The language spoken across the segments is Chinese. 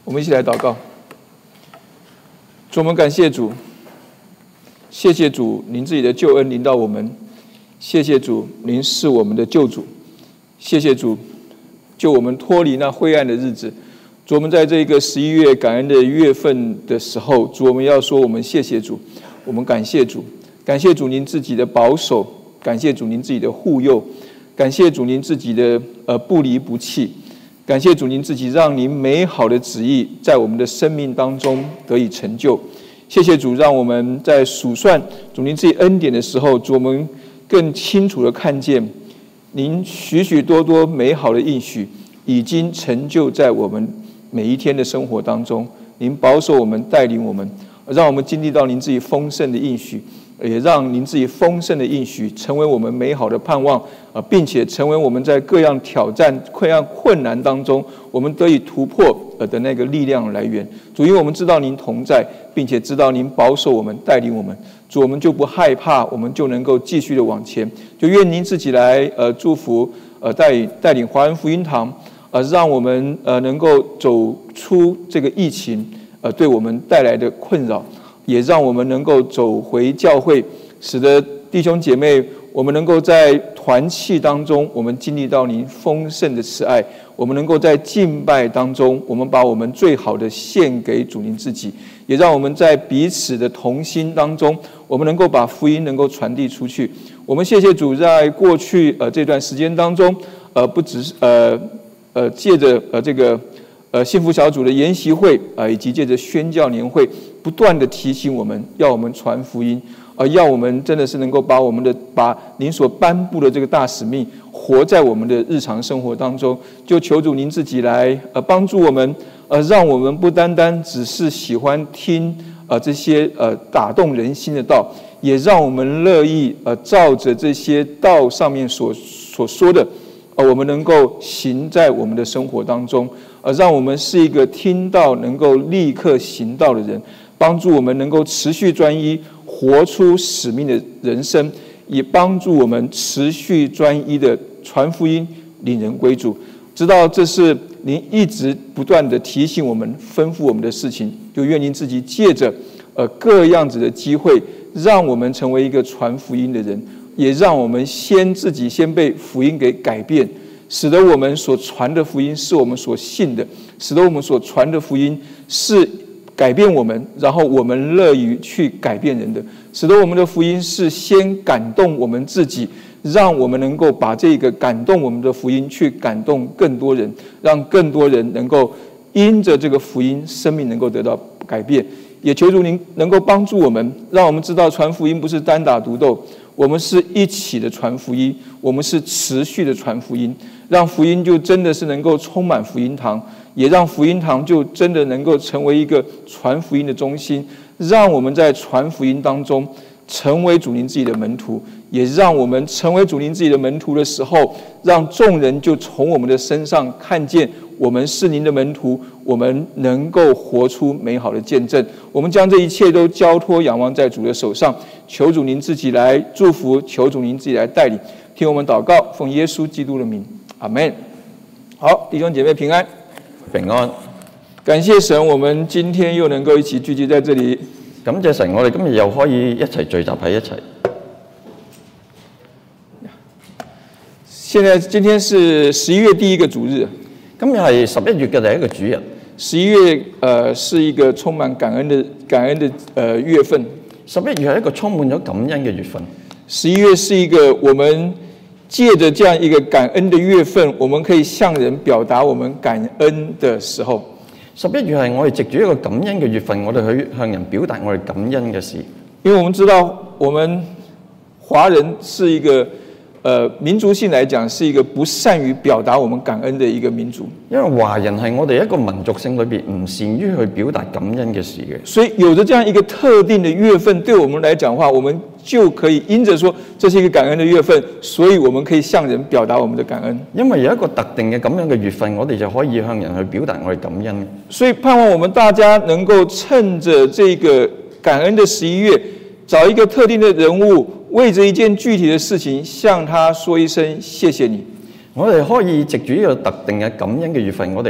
我们一起来祷告。主，我们感谢主，谢谢主，您自己的救恩临到我们，谢谢主，您是我们的救主，谢谢主，救我们脱离那灰暗的日子。主，我们在这个11月感恩的月份的时候，主，我们要说我们谢谢主，我们感谢主，感谢主您自己的保守，感谢主您自己的护佑，感谢主您自己的不离不弃，感谢主您自己让您美好的旨意在我们的生命当中得以成就。谢谢主，让我们在数算主您自己恩典的时候，主，我们更清楚地看见您许许多多美好的应许已经成就在我们每一天的生活当中。您保守我们，带领我们，让我们经历到您自己丰盛的应许，也让您自己丰盛的应许成为我们美好的盼望，并且成为我们在各样挑战、各样困难当中，我们得以突破的那个力量来源。主，因为我们知道您同在，并且知道您保守我们、带领我们，主，我们就不害怕，我们就能够继续的往前。就愿您自己来祝福带领华人福音堂，让我们能够走出这个疫情对我们带来的困扰，也让我们能够走回教会，使得弟兄姐妹我们能够在团契当中，我们经历到您丰盛的慈爱，我们能够在敬拜当中，我们把我们最好的献给主您自己，也让我们在彼此的同心当中，我们能够把福音能够传递出去。我们谢谢主，在过去这段时间当中，不只是借着这个幸福小组的研习会以及借着宣教年会，不断的提醒我们，要我们传福音，要我们真的是能够把您所颁布的这个大使命活在我们的日常生活当中。就求主您自己来帮助我们，让我们不单单只是喜欢听这些打动人心的道，也让我们乐意照着这些道上面所说的，我们能够行在我们的生活当中，让我们是一个听到能够立刻行道的人，帮助我们能够持续专一，活出使命的人生，也帮助我们持续专一的传福音，领人归主。知道这是您一直不断的提醒我们、吩咐我们的事情，就愿您自己借着各样子的机会，让我们成为一个传福音的人，也让我们自己先被福音给改变，使得我们所传的福音是我们所信的，使得我们所传的福音是改变我们，然后我们乐于去改变人的，使得我们的福音是先感动我们自己，让我们能够把这个感动我们的福音去感动更多人，让更多人能够因着这个福音，生命能够得到改变。也求主您能够帮助我们，让我们知道传福音不是单打独斗，我们是一起的传福音，我们是持续的传福音，让福音就真的是能够充满福音堂，也让福音堂就真的能够成为一个传福音的中心，让我们在传福音当中成为主您自己的门徒，也让我们成为主您自己的门徒的时候，让众人就从我们的身上看见我们是您的门徒，我们能够活出美好的见证。我们将这一切都交托仰望在主的手上，求主您自己来祝福，求主您自己来带领。听我们祷告，奉耶稣基督的名，阿们。好，弟兄姐妹平安， 平安。 感谢神，我们今天又能够一起聚集在这里。 感謝神，我哋今日又可以一齊聚集喺一齊。 今天是11月第一個主日， 今日係11月嘅第一個主日。 11月是一個充滿感恩的月份。 11月係一個充滿咗感恩嘅月份。 11月是一個我們借着這樣一個感恩的月份，我們可以向人表達我們感恩的時候。 11月係我哋藉住一個感恩嘅月份，我哋去向人表達我哋感恩嘅事。 因為我們知道，我們華人是一個民族性來講，是一個不善於表達我們感恩的一個民族。 因為華人係我哋一個民族性裏邊唔善於去表達感恩嘅事嘅。 所以有着這樣一個特定的月份，對我們來講的話，我們就可以因着說這是一個感恩的月份，所以我們可以向人表達我們的感恩。 因為有一個特定嘅咁樣嘅月份，我哋就可以向人去表達我哋感恩。 所以盼望我們大家能夠趁着這個感恩的11月，找一個特定的人物，為着一件具體的事情，向他說一聲謝謝你。 我哋可以藉住呢個特定嘅感恩嘅月份，我哋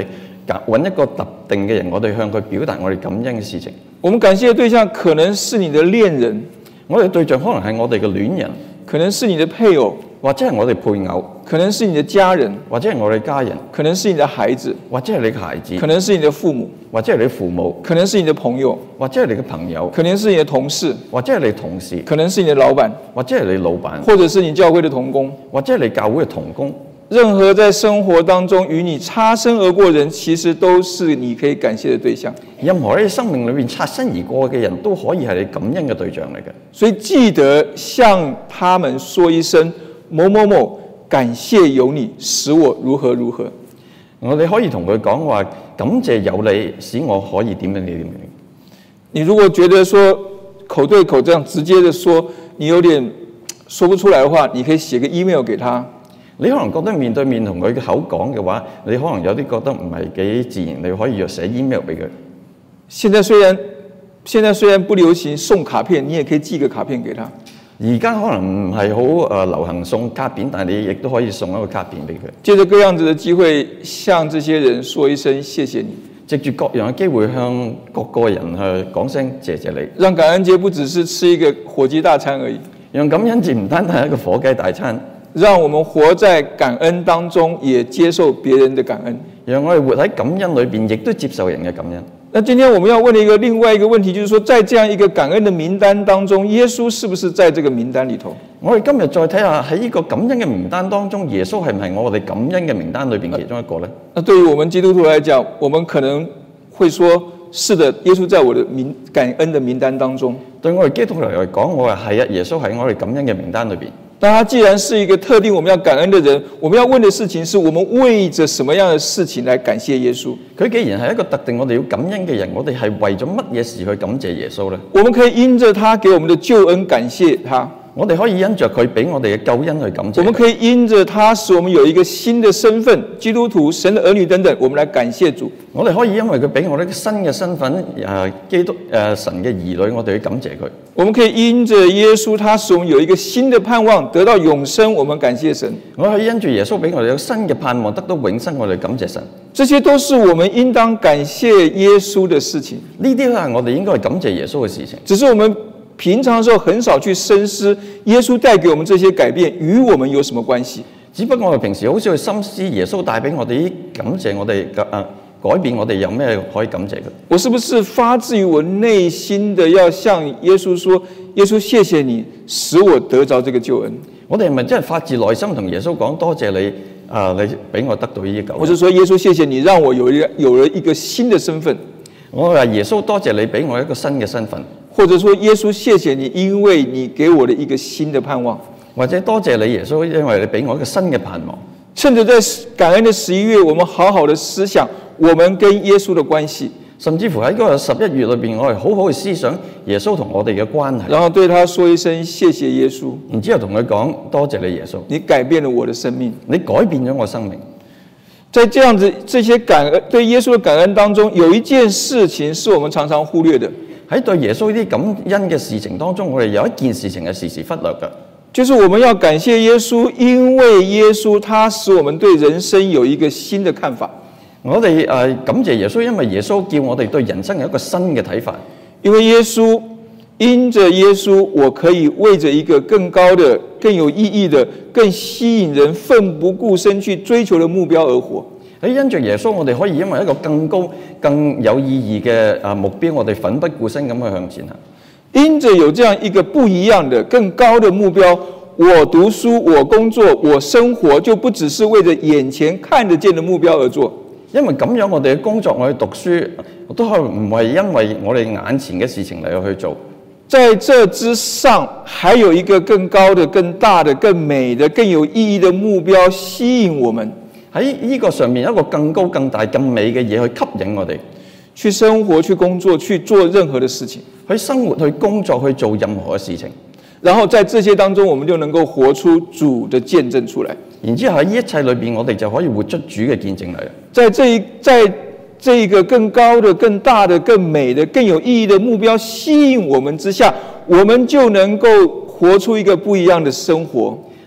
揾一個特定嘅人，我哋向佢表達我哋感恩嘅事情。 我們感謝的對象可能是你的戀人， 我哋對象可能係我哋嘅戀人， 可能是你的配偶， 或者係我哋配偶， 可能是你的家人， 或者係我哋家人， 可能是你的孩子， 或者係你嘅孩子， 可能是你的父母， 或者係你父母， 可能是你的朋友， 或者係你嘅朋友， 可能是你的同事， 或者係你同事， 可能是你的老闆， 或者係你老闆， 或者是你教會的同工。 或者係你教會嘅同工。 任何在生活當中與你擦身而過的人，其實都是你可以感謝的對象。 任何喺你生命裏面擦身而過嘅人都可以係你感恩嘅對象嚟嘅。 所以記得向他們說一聲某某某，感謝有你，使我如何如何。 我哋可以同佢講話，感謝有你，使我可以點樣點樣。 你如果覺得說口對口這樣直接的說，你有點說不出來的話，你可以寫個 email 給他。 你可能覺得面對面同佢嘅口講嘅話，你可能有啲覺得唔係幾自然，你可以寫 email 俾佢。 現在雖然不流行送卡片，你也可以寄個卡片給他。 而家可能唔係好流行送卡片，但係你亦都可以送一個卡片俾佢。 借着各樣子的機會，向這些人說一聲謝謝你。 藉住各樣嘅機會，向各個人去講聲謝謝你。 讓感恩節不只是吃一個火雞大餐而已， 讓感恩節唔單單係一個火雞大餐。 讓我們活在感恩當中，也接受別人的感恩。 讓我哋活喺感恩裏邊，亦都接受人嘅感恩。 那今天我們要問的另外一個問題，就是說，在這樣一個感恩的名單當中，耶穌是不是在這個名單裏頭？ 我哋今日再睇下喺呢個感恩嘅名單當中，耶穌係唔係我哋感恩嘅名單裏邊其中一個呢？ 那對於我們基督徒來講，我們可能會說，是的，耶穌在我的感恩的名單當中。 對我哋基督徒嚟講，我話係啊，耶穌喺我哋感恩嘅名單裏邊。 但他既然是一個特定我們要感恩的人，我們要問的事情是我們為着什麼樣的事情來感謝耶穌？ 佢既然係一個特定我哋要感恩嘅人，我哋係為咗乜嘢事去感謝耶穌呢？ 我們可以因着他給我們的救恩感謝他。 我哋可以因着佢俾我哋嘅救恩去感謝。 我們可以因着他使我們有一個新的身份，基督徒、神的兒女等等，我們來感謝主。 我哋可以因為佢俾我哋新嘅身份，基督神嘅兒女，我哋去感謝佢。 我們可以因着耶穌，他使我們有一個新的盼望，得到永生，我們感謝神。 我可以因住耶穌俾我哋有新嘅盼望，得到永生，我哋感謝神。 這些都是我們應當感謝耶穌的事情。 呢啲係我哋應該係感謝耶穌嘅事情。 只是我們平常的時候很少去深思，耶穌帶給我們這些改變與我們有什麼關係？ 只不過我哋平時好少去深思耶穌帶俾我哋啲感謝，我哋改變我哋有咩可以感謝嘅？ 我是不是發自於我內心的要向耶穌說，耶穌謝謝你，使我得着這個救恩？ 我哋係咪真係發自內心同耶穌講多謝你？你俾我得到呢啲救恩？ 或者說耶穌謝謝你，讓我有了一個新的身份？ 我話耶穌多謝你俾我一個新嘅身份。 或者說耶穌謝謝你，因為你給我的一個新的盼望。 或者多謝你耶穌，因為你俾我一個新嘅盼望。 趁着在感恩的11月，我們好好的思想我們跟耶穌的關係， 甚至乎喺嗰個11月裏邊，我哋好好去思想耶穌同我哋嘅關係， 然後對他說一聲謝謝耶穌， 然之後同佢講多謝你耶穌， 你改變了我的生命， 你改變咗我生命。 在這樣子這些感恩對耶穌的感恩當中，有一件事情是我們常常忽略的。 喺對耶穌呢啲感恩嘅事情當中，我哋有一件事情係時時忽略嘅， 就是我們要感謝耶穌，因為耶穌他使我們對人生有一個新的看法。 我哋感謝耶穌，因為耶穌叫我哋對人生有一個新嘅睇法。 因為因着耶穌，我可以為着一個更高的、更有意義的、更吸引人奮不顧身去追求的目標而活。 喺因着耶穌，我哋可以因為一個更高、更有意義嘅目標，我哋奮不顧身咁去向前行。 因着有這樣一個不一樣的、更高的目標，我讀書、我工作、我生活，就不只是為着眼前看得見的目標而做。 因為咁樣，我哋嘅工作，我哋讀書，都係唔係因為我哋眼前嘅事情嚟去做。 在這之上，還有一個更高的、更大的、更美的、更有意義的目標吸引我們。 喺呢個上面有一個更高、更大、更美嘅嘢去吸引我哋， 去生活、去工作、去做任何的事情， 去生活、去工作、去做任何嘅事情。 然後在這些當中，我們就能夠活出主的見證出來。 然之後喺呢一切裏邊，我哋就可以活出主嘅見證嚟。 在這一個更高的、更大的、更美的、更有意義的目標吸引我們之下，我們就能夠活出一個不一樣的生活。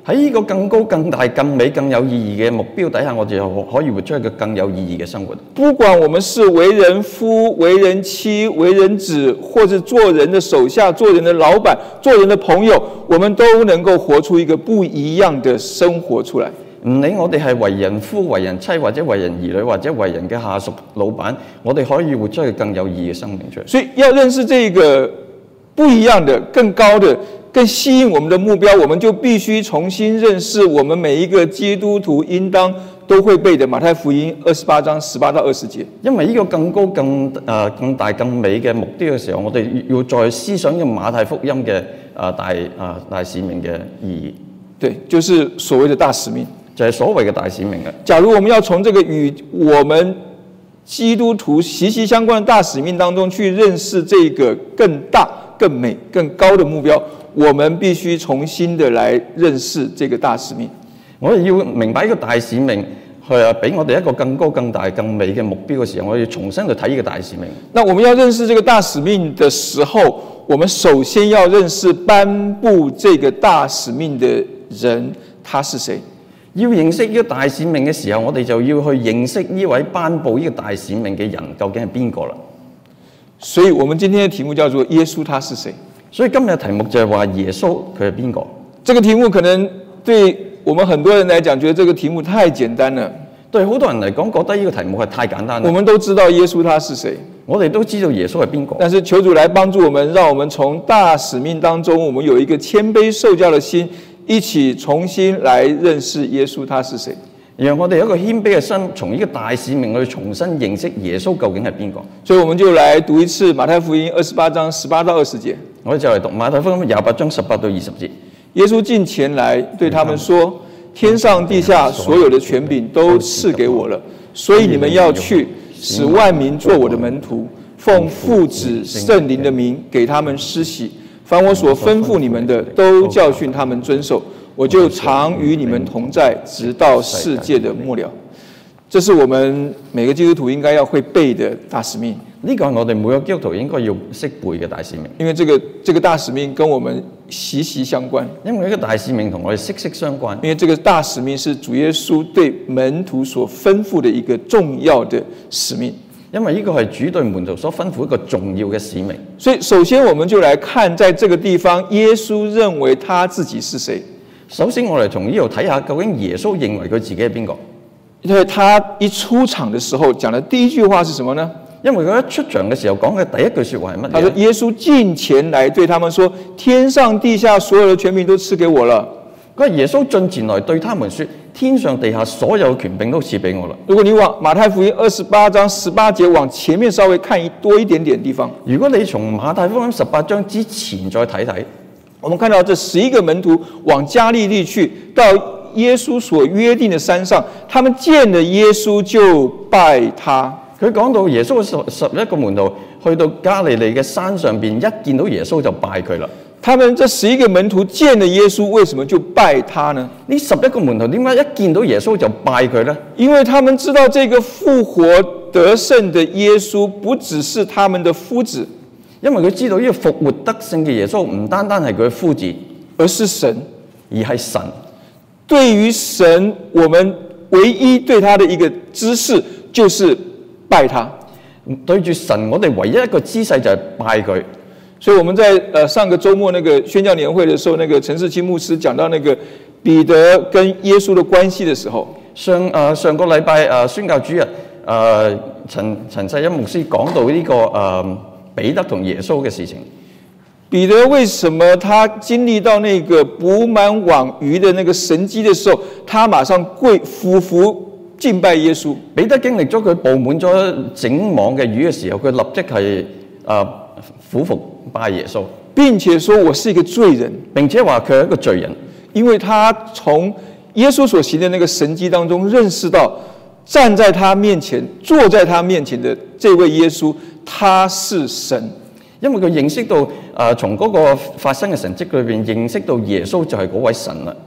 喺呢個更高、更大、更美、更有意義嘅目標底下，我哋就可以活出一個更有意義嘅生活。 不管我們是為人夫、為人妻、為人子，或者做人的手下、做人的老闆、做人的朋友，我們都能夠活出一個不一樣的生活出來。 唔理我哋係為人夫、為人妻，或者為人兒女，或者為人嘅下屬、老闆，我哋可以活出一個更有意義嘅生命出嚟。 所以要認識這個不一樣的、更高的、更吸引我們的目標，我們就必須重新認識我們每一個基督徒應當都會背的馬太福音28章18到20節。 因為呢個更高、更大、更美嘅目標嘅時候，我哋要再思想呢個馬太福音嘅大使命嘅意義。 對，就是所謂的大使命。 就係所謂嘅大使命嘅。 假如我們要從這個與我們基督徒息息相關的大使命當中去認識這個更大、更美、更高的目標，我們必須重新的來認識這個大使命。 我哋要明白呢個大使命，係俾我哋一個更高、更大、更美嘅目標嘅時候，我哋要重新去睇呢個大使命。 那我們要認識這個大使命的時候，我們首先要認識頒布這個大使命的人，他是誰？ 要認識呢個大使命嘅時候，我哋就要去認識呢位頒布呢個大使命嘅人究竟係邊個啦。 所以，我們今天的題目叫做耶穌他是誰？ 所以今日嘅題目就係話耶穌佢係邊個？ 這個題目可能對我們很多人來講，覺得這個題目太簡單了。 對好多人嚟講，覺得呢個題目係太簡單了。 我們都知道耶穌他是誰， 我哋都知道耶穌係邊個。但是求主來幫助我們，讓我們從大使命當中，我們有一個謙卑受教的心，一起重新來認識耶穌他是誰。 讓我哋有一個謙卑嘅心，從呢個大使命去重新認識耶穌究竟係邊個。 所以我們就來讀一次馬太福音28章18到20節。 我哋就嚟讀馬太福音28章18到20節。 耶穌近前來對他們說：天上地下所有的權柄都賜給我了，所以你們要去，使萬民做我的門徒，奉父子聖靈的名給他們施洗。凡我所吩咐你們的，都教訓他們遵守。我就常與你們同在，直到世界的末了。這是我們每個基督徒應該要會背的大使命。 呢個係我哋每個基督徒應該要識背嘅大使命。 因為這個大使命跟我們息息相關。 因為呢個大使命同我哋息息相關。 因為這個大使命是主耶穌對門徒所吩咐的一個重要的使命。 因為呢個係主對門徒所吩咐一個重要嘅使命。所以首先我們就來看，在這個地方，耶穌認為他自己是誰？ 首先我哋從呢度睇下，究竟耶穌認為佢自己係邊個？ 因為他一出場的時候講的第一句話是什麼呢？ 因為佢一出場嘅時候講嘅第一句說話係乜嘢？ 他說耶穌近前來對他們說：天上地下所有的權柄都賜給我了。 佢話耶穌進前來對他們說：天上地下所有權柄都賜俾我了。 如果你往馬太福音28章18節往前面稍微看多一點點地方， 如果你從馬太福音18章之前再睇睇， 我們看到這11個門徒往加利利去，到耶穌所約定的山上，他們見了耶穌就拜他。 佢講到耶穌11個門徒去到加利利嘅山上邊，一見到耶穌就拜佢啦。 他們這11個門徒見了耶穌，為什麼就拜他呢？ 呢11個門徒點解一見到耶穌就拜佢呢？ 因為他們知道這個復活得勝的耶穌不只是他們的夫子。 因為佢知道呢個復活得勝嘅耶穌唔單單係佢嘅夫子， 而是神， 而係神。 對於神，我們唯一對他的一個姿勢就是拜他。 對住神，我哋唯一一個姿勢就係拜佢。 所以我們在上個週末那個宣教年會的時候，那個陳世清牧師講到那個彼得跟耶穌的關係的時候， 上個禮拜宣教主日陳世欣牧師講到呢個彼得同耶穌嘅事情。 彼得為什麼他經歷到那個捕滿網魚的那個神蹟的時候，他馬上俯伏敬拜耶穌？ 彼得經歷咗佢捕滿咗整網嘅魚嘅時候，佢立即係俯伏拜耶穌， 並且說我是一個罪人， 並且話佢係一個罪人， 因為他從耶穌所行的那個神蹟當中認識到，站在他面前、坐在他面前的這位耶穌，他是神。 因為佢認識到從嗰個發生嘅神蹟裏邊認識到耶穌就係嗰位神啦。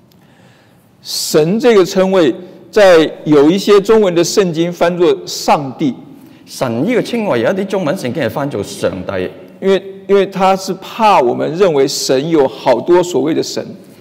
神這個稱謂，在有一些中文的聖經翻作上帝。 神呢個稱謂有一啲中文聖經係翻做上帝， 因為他是怕我們認為神有好多所謂的神，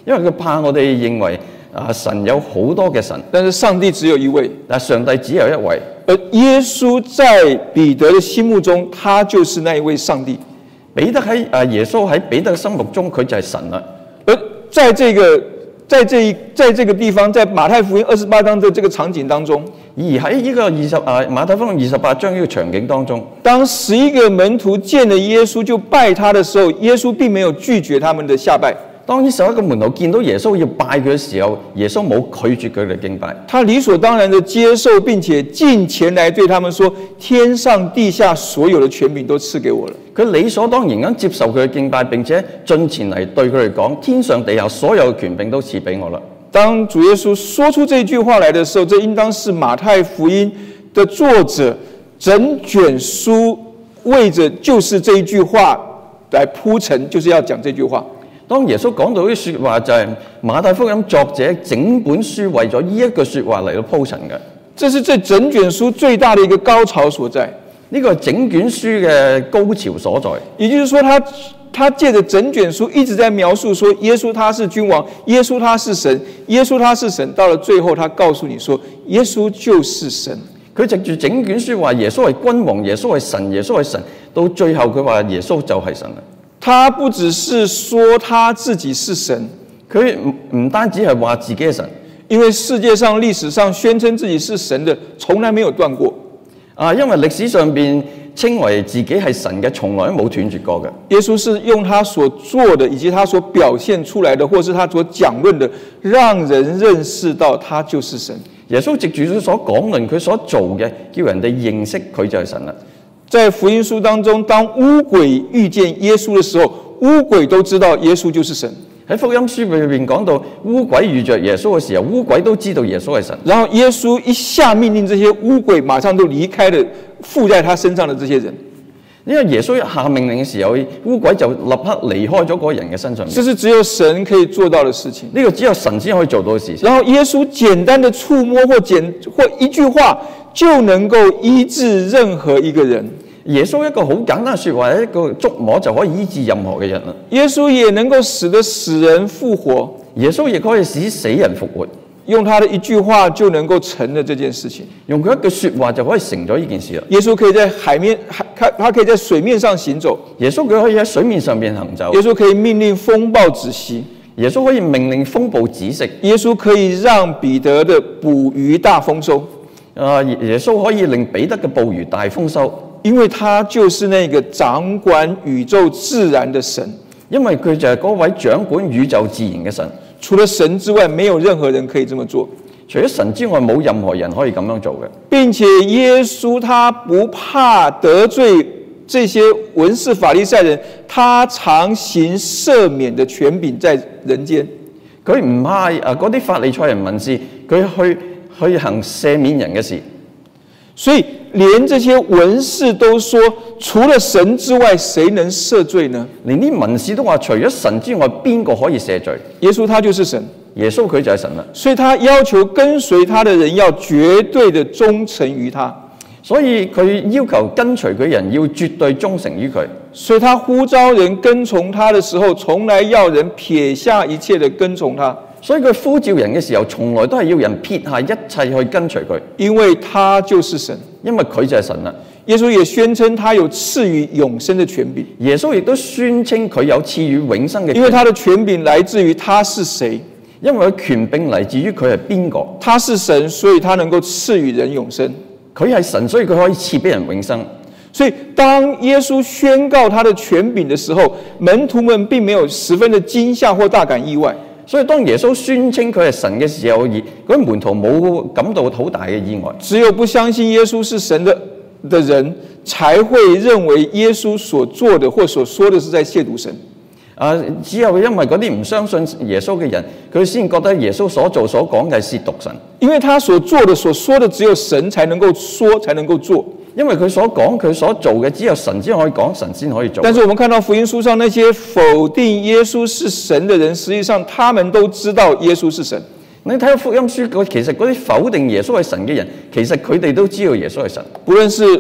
因為佢怕我哋認為神有好多嘅神， 但是上帝只有一位， 但上帝只有一位。 而耶穌在彼得的心目中，他就是那一位上帝。 耶穌喺彼得嘅心目中，佢就係神啦。 而在這個地方，在馬太福音28章的這個場景當中， 而喺呢個馬太福音28章呢個場景當中， 當11個門徒見了耶穌就拜他的時候，耶穌並沒有拒絕他們的下拜。 當呢11個門徒見到耶穌要拜佢嘅時候，耶穌冇拒絕佢哋敬拜， 他理所當然的接受，並且進前來對他們說：天上地下所有的權柄都賜給我了。 佢理所當然咁接受佢嘅敬拜，並且進前嚟對佢哋講：天上地下所有嘅權柄都賜俾我啦。當主耶穌說出這句話來的時候，這應當是馬太福音的作者整卷書為着就是這一句話來鋪陳，就是要講這句話。當耶穌講到啲説話，就係馬太福音作者整本書為咗呢一句説話嚟到鋪陳嘅。這是這整卷書最大的一個高潮所在。呢個整卷書嘅高潮所在。也就是說，他借着整卷書一直在描述說，耶穌他是君王，耶穌他是神，耶穌他是神。到了最後，他告訴你說，耶穌就是神。佢藉住整卷書話耶穌係君王，耶穌係神，耶穌係神。到最後佢話耶穌就係神啦。他不只是說他自己是神，佢唔單止係話自己係神，因為世界上歷史上宣稱自己是神的從來沒有斷過。因為歷史上邊稱為自己係神嘅從來都冇斷絕過嘅。耶穌是用他所做的以及他所表現出來的，或是他所講論的，讓人認識到他就是神。耶穌藉住佢所講論佢所做嘅，叫人哋認識佢就係神啦。在福音書當中，當污鬼遇見耶穌的時候，污鬼都知道耶穌就是神。喺福音書裏面講到污鬼遇着耶穌嘅時候，污鬼都知道耶穌係神。然後耶穌一下命令，這些污鬼馬上都離開了附在他身上的這些人。因為耶穌一下命令嘅時候，污鬼就立刻離開咗嗰個人嘅身上面。這是只有神可以做到的事情。呢個只有神先可以做到嘅事情。然後耶穌簡單的觸摸或一句話，就能夠醫治任何一個人。耶穌一個好簡單的說話，一個觸摸就可以醫治任何嘅人啦。耶穌也能夠使得死人復活，耶穌也可以使死人復活。用他的一句話就能夠成了這件事情，用佢一句說話就可以成咗呢件事啦。耶穌可以在海面，他可以在水面上行走。耶穌佢可以喺水面上面行走。耶穌可以命令風暴止息。耶穌可以命令風暴止息。耶穌可以讓彼得的捕魚大豐收。耶穌可以令彼得嘅捕魚大豐收。因為他就是那個掌管宇宙自然的神，因為佢就係嗰位掌管宇宙自然嘅神。除了神之外，沒有任何人可以這麼做。除咗神之外，冇任何人可以咁樣做嘅。並且耶穌他不怕得罪這些文士法利賽人，他常行赦免的權柄在人間。佢唔怕嗰啲法利賽人文士，佢去行赦免人嘅事。所以連這些文士都說，除了神之外，誰能赦罪呢？連啲文士都話，除咗神之外，邊個可以赦罪？耶穌他就是神，耶穌佢就係神啦。所以他要求跟隨他的人要絕對的忠誠於他。所以佢要求跟隨佢人要絕對忠誠於佢。所以他呼召人跟從他的時候，從來要人撇下一切的跟從他。所以佢呼召人嘅時候，從來都係要人撇下一切去跟隨佢，因為他就是神，因為佢就係神啦。耶穌也宣稱他有賜予永生的權柄，耶穌亦都宣稱佢有賜予永生嘅權柄，因為他的權柄來自於他是誰，因為佢權柄嚟自於佢係邊個，他是神，所以他能夠賜予人永生。佢係神，所以佢可以賜俾人永生。所以當耶穌宣告他的權柄的時候，門徒們並沒有十分的驚嚇或大感意外。所以當耶穌宣稱佢係神嘅時候，嗰啲門徒冇感到好大嘅意外。只有不相信耶穌是神的人，才會認為耶穌所做的或所說的是在褻瀆神。只有因為嗰啲唔相信耶穌嘅人，佢先覺得耶穌所做所講嘅係褻瀆神。因為他所做的所說的只有神才能夠說，才能夠做。因為佢所講佢所做嘅只有神先可以講，神先可以做。但是我們看到福音書上那些否定耶穌是神的人，實際上他們都知道耶穌是神。你睇下福音書，其實嗰啲否定耶穌係神嘅人，其實佢哋都知道耶穌係神。不論是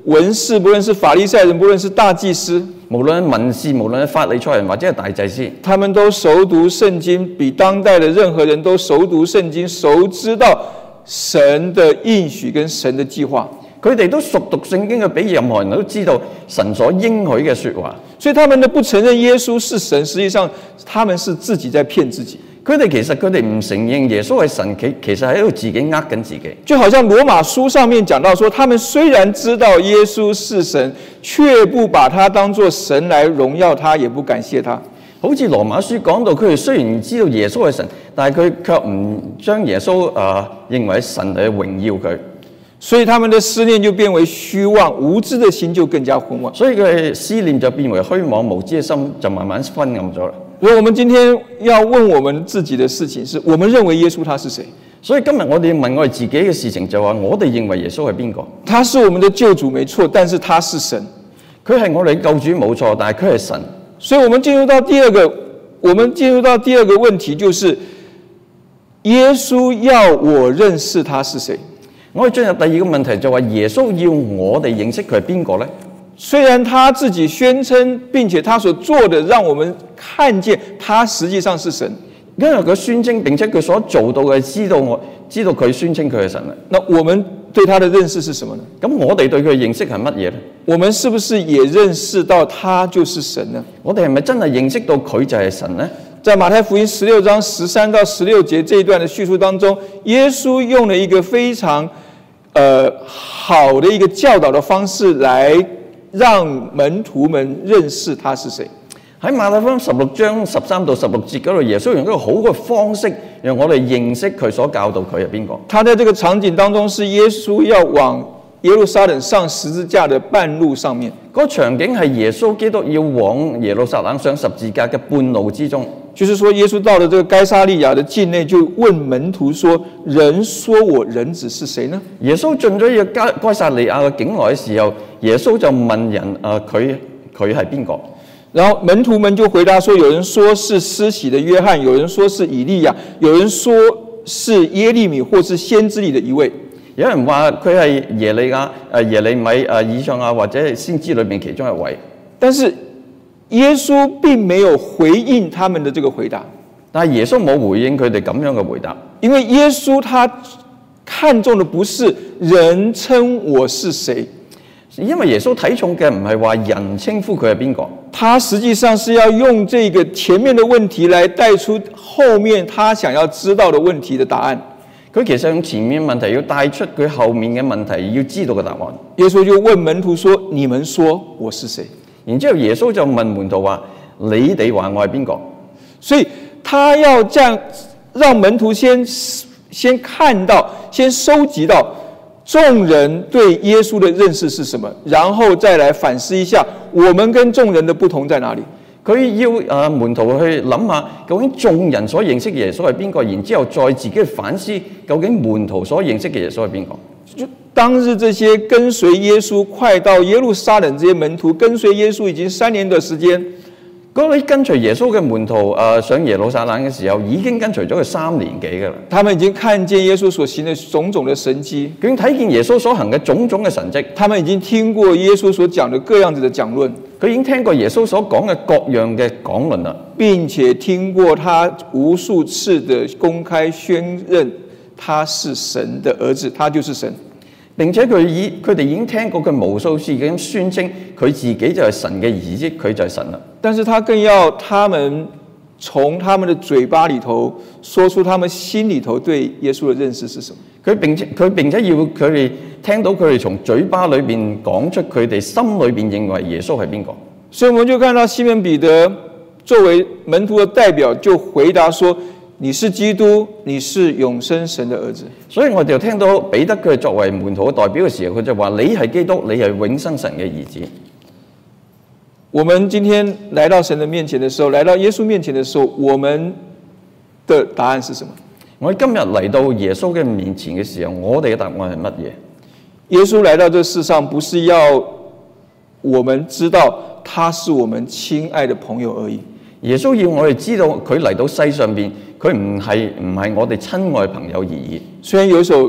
文士，不论是法利赛人，不论是大祭司， 無論文士，無論法利賽人或者係大祭司， 他們都熟讀聖經，比當代的任何人都熟讀聖經，熟知道神的應許跟神的計劃。 佢哋都熟讀聖經嘅，比任何人都知道神所應許嘅說話。 所以他們的不承認耶穌是神，實際上他們是自己在騙自己。 佢哋唔承認耶穌係神，其實喺度自己呃緊自己。 就好像羅馬書上面講到說，他們雖然知道耶穌是神，卻不把他當作神來榮耀他，也不感謝他。 好似羅馬書講到，佢哋雖然知道耶穌係神，但係佢卻唔將耶穌認為神嚟榮耀佢。 所以他們的思念就變為虛妄，無知的心就更加昏暗。 所以佢嘅思念就變為虛妄，無知嘅心就慢慢昏暗咗啦。 所以我們今天要問我們自己的事情是，我們認為耶穌他是誰？ 所以今日我哋問我哋自己嘅事情就話，我哋認為耶穌係邊個？ 他是我們的救主沒錯，但是他是神。 佢係我哋救主冇錯，但係佢係神。 所以我們進入到第二個問題，就是耶穌要我認識他是誰。 我哋進入第二個問題就話，耶穌要我哋認識佢係邊個呢？ 雖然他自己宣稱，並且他所做的讓我們看見他實際上是神， 因為佢宣稱並且佢所做到嘅知道佢宣稱佢係神啦。 那我們對他的認識是什麼呢？ 咁我哋對佢嘅認識係乜嘢呢？ 我們是不是也認識到他就是神呢？ 我哋係咪真係認識到佢就係神呢？ 在馬太福音16章13到16節這一段的敘述當中，耶穌用了一個非常好的一個教導的方式來讓門徒們認識他是誰。 喺馬太福音16章13到16節嗰度，耶穌用一個好嘅方式，讓我哋認識佢所教導佢係邊個。 他在這個場景當中，是耶穌要往耶路撒冷上十字架的半路上面。 嗰個場景係耶穌基督要往耶路撒冷上十字架嘅半路之中。 就是說，耶穌到了這個該撒利亞的境內，就問門徒說：人說我人子是誰呢？ 耶穌進咗呢個該撒利亞嘅境內嘅時候，耶穌就問人：佢係邊個？ 然後門徒們就回答說：有人說是施洗的約翰，有人說是以利亞，有人說是耶利米或是先知裏的一位。 有人話佢係耶利米、以賽亞或者係先知裏面其中一位。 但是耶穌並沒有回應他們的這個回答， 但係耶穌冇回應佢哋咁樣嘅回答， 因為耶穌他看重的不是人稱我是誰， 因為耶穌睇重嘅唔係話人稱呼佢係邊個， 他實際上是要用這個前面的問題來帶出後面他想要知道的問題的答案。 佢其實用前面問題要帶出佢後面嘅問題要知道嘅答案。 耶穌就問門徒說：你們說我是誰？然之後耶穌就問門徒話：你哋話我係邊個？ 所以他要這樣讓門徒先看到，先收集到眾人對耶穌的認識是什麼，然後再來反思一下我們跟眾人的不同在哪裡。 佢要門徒去諗下究竟眾人所認識嘅耶穌係邊個，然之後再自己去反思究竟門徒所認識嘅耶穌係邊個。 就當日這些跟隨耶穌快到耶路撒冷這些門徒，跟隨耶穌已經3年的時間， 嗰啲跟隨耶穌嘅門徒上耶路撒冷嘅時候，已經跟隨咗佢3年幾㗎啦。 他們已經看見耶穌所行的種種的神蹟， 佢已經睇見耶穌所行嘅種種嘅神蹟， 他們已經聽過耶穌所講的各樣子的講論， 佢已經聽過耶穌所講嘅各樣嘅講論啦， 並且聽過他無數次的公開宣認他是神的兒子，他就是神。 並且佢哋已經聽過佢無數次咁宣稱佢自己就係神嘅兒子，佢就係神啦。 但是他更要他們從他們的嘴巴裡頭說出他們心裡頭對耶穌的認識是什麼。 佢並且要佢哋聽到佢哋從嘴巴裏邊講出佢哋心裏邊認為耶穌係邊個。 所以我們就看到西門彼得作為門徒的代表，就回答說：你是基督，你是永生神的兒子。 所以我就聽到彼得佢作為門徒嘅代表嘅時候，佢就話：你係基督，你係永生神嘅兒子。 我們今天來到神的面前的時候，來到耶穌面前的時候，我們的答案是什麼？ 我今日嚟到耶穌嘅面前嘅時候，我哋嘅答案係乜嘢？ 耶穌來到這世上，不是要我們知道他是我們親愛的朋友而已。 耶穌要我哋知道佢嚟到世上邊，佢唔係我哋親愛朋友而已。 雖然有一首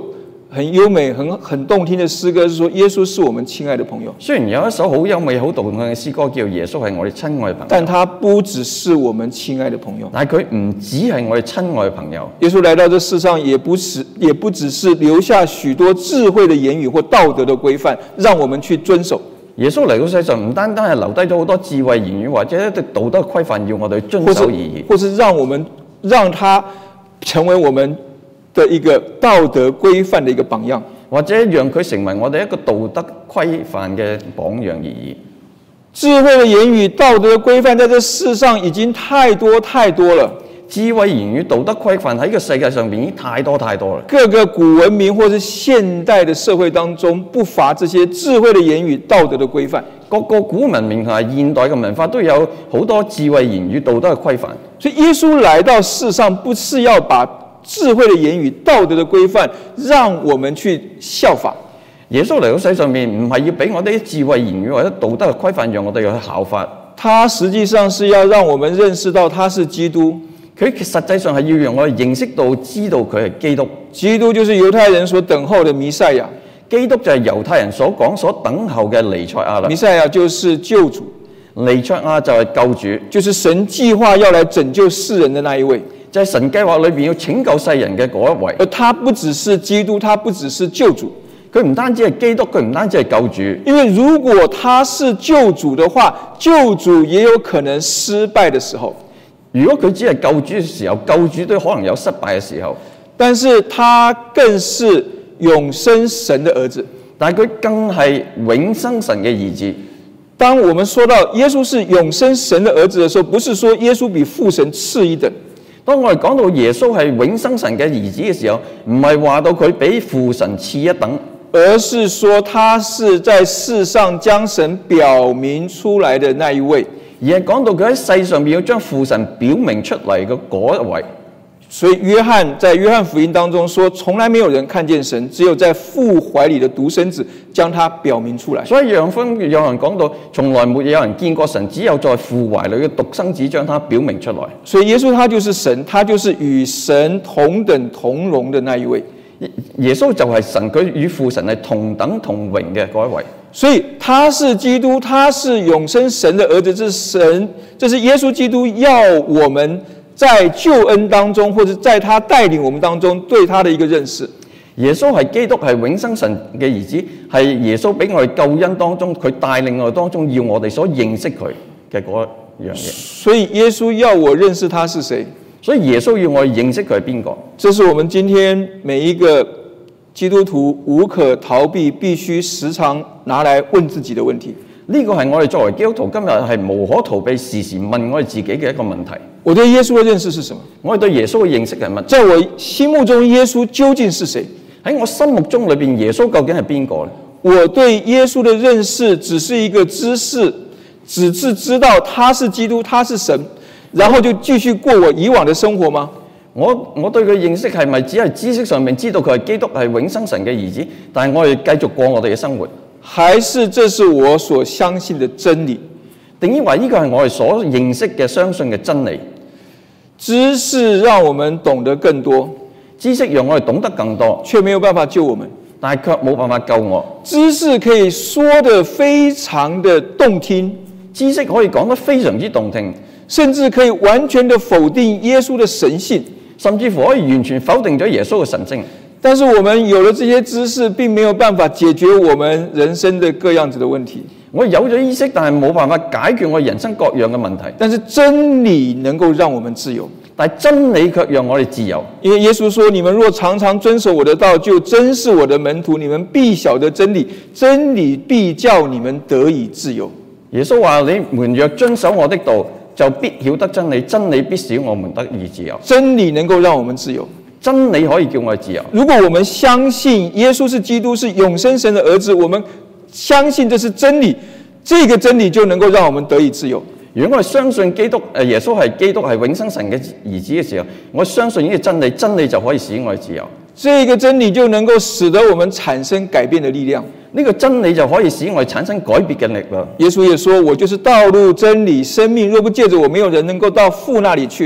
很优美、很动聽的詩歌，是說耶穌是我們親愛的朋友。 雖然有一首好優美、好動聽嘅詩歌叫耶穌係我哋親愛嘅朋友， 但他不只是我們親愛的朋友。 但係佢唔只係我哋親愛嘅朋友。 耶穌來到這世上，也不只是留下許多智慧的言語或道德的規範，讓我們去遵守。 耶穌嚟到世上唔單單係留低咗好多智慧言語或者一啲道德規範要我哋遵守而已， 或是讓他成為我們的一個道德規範的一個榜樣， 或者讓佢成為我哋一個道德規範嘅榜樣而已。 智慧的言語、道德的規範，在這世上已經太多太多了。 智慧言語、道德規範喺呢個世界上面已經太多太多了。 各個古文明或是現代的社會當中，不乏這些智慧的言語、道德的規範。 各個古文明同埋現代嘅文化都有好多智慧言語、道德嘅規範。 所以耶穌來到世上，不是要把智慧的言語、道德的規範，讓我們去效法。 耶穌嚟到世上面，唔係要俾我哋啲智慧言語或者道德嘅規範，讓我哋去效法。 他實際上是要讓我們認識到他是基督。 佢實際上係要讓我哋認識到、知道佢係基督。 基督就是猶太人所等候的彌賽亞。 基督就係猶太人所講、所等候嘅彌賽亞啦。 彌賽亞就是救主， 彌賽亞就係救主， 就是神計劃要來拯救世人的那一位。 就係神計劃裏邊要拯救世人嘅嗰一位。 而他不只是基督，他不只是救主， 佢唔單止係基督，佢唔單止係救主。 因為如果他是救主的話，救主也有可能失敗的時候。 如果佢只係救主嘅時候，救主都可能有失敗嘅時候。 但是他更是永生神的兒子， 但係佢更係永生神嘅兒子。 當我們說到耶穌是永生神的兒子的時候，不是說耶穌比父神次一等。 當我哋講到耶穌係永生神嘅兒子嘅時候，唔係話到佢比父神次一等， 而是說他是在世上將神表明出來的那一位。 而係講到佢喺世上面要將父神表明出嚟嘅嗰一位。 所以在約翰福音當中說，從來沒有人看見神，只有在父懷裡的獨生子將他表明出來。 所以約翰講到，從來沒有人見過神，只有在父懷裡嘅獨生子將他表明出來。 所以耶穌他就是神，他就是與神同等同榮的那一位。 耶穌就係神，佢與父神係同等同榮嘅嗰一位。 所以他是基督，他是永生神的兒子，這是耶穌基督要我們在救恩當中，或者在他帶領我們當中對他的一個認識。 耶穌係基督，係永生神嘅兒子，係耶穌俾我哋救恩當中，佢帶領我哋當中要我哋所認識佢嘅嗰樣嘢。 所以耶穌要我認識他是誰， 所以耶穌要我哋認識佢係邊個。 這是我們今天每一個基督徒無可逃避，必須時常拿來問自己的問題。 呢個係我哋作為基督徒今日係無可逃避，時時問我哋自己嘅一個問題。 我對耶穌的認識是什麼？ 我哋對耶穌嘅認識係乜？ 在我心目中，耶穌究竟是誰？ 喺我心目中裏邊，耶穌究竟係邊個呢？ 我對耶穌的認識只是一個知識，只是知道他是基督，他是神，然後就繼續過我以往的生活嗎？ 我對佢認識係咪只係知識上面知道佢係基督，係永生神嘅兒子，但係我哋繼續過我哋嘅生活？ 還是這是我所相信的真理？ 定義為呢個係我哋所認識嘅、相信嘅真理？ 知識讓我們懂得更多， 知識讓我哋懂得更多， 卻沒有辦法救我們， 但係卻冇辦法救我。 知識可以說得非常的動聽， 知識可以講得非常之動聽， 甚至可以完全的否定耶穌的神性， 甚至乎可以完全否定咗耶穌嘅神性。 但是我們有了這些知識，並沒有辦法解決我們人生的各樣子的問題。 我有咗意識，但係冇辦法解決我人生各樣嘅問題。 但是真理能夠讓我們自由， 但係真理卻讓我哋自由。 因為耶穌說：你們若常常遵守我的道，就真是我的門徒。你們必曉得真理，真理必叫你們得以自由。 耶穌話：你們若遵守我的道，就必曉得真理，真理必使我們得以自由。 真理能夠讓我們自由。 真理可以叫我哋自由。 如果我們相信耶穌是基督，是永生神的兒子，我們相信這是真理，這個真理就能夠讓我們得以自由。 如果我哋相信基督，耶穌係基督，係永生神嘅兒子嘅時候，我相信呢個真理，真理就可以使我哋自由。 這個真理就能夠使得我們產生改變的力量。 呢個真理就可以使我哋產生改變嘅力量。 耶穌也說：我就是道路、真理、生命，若不借着我，沒有人能夠到父那裡去。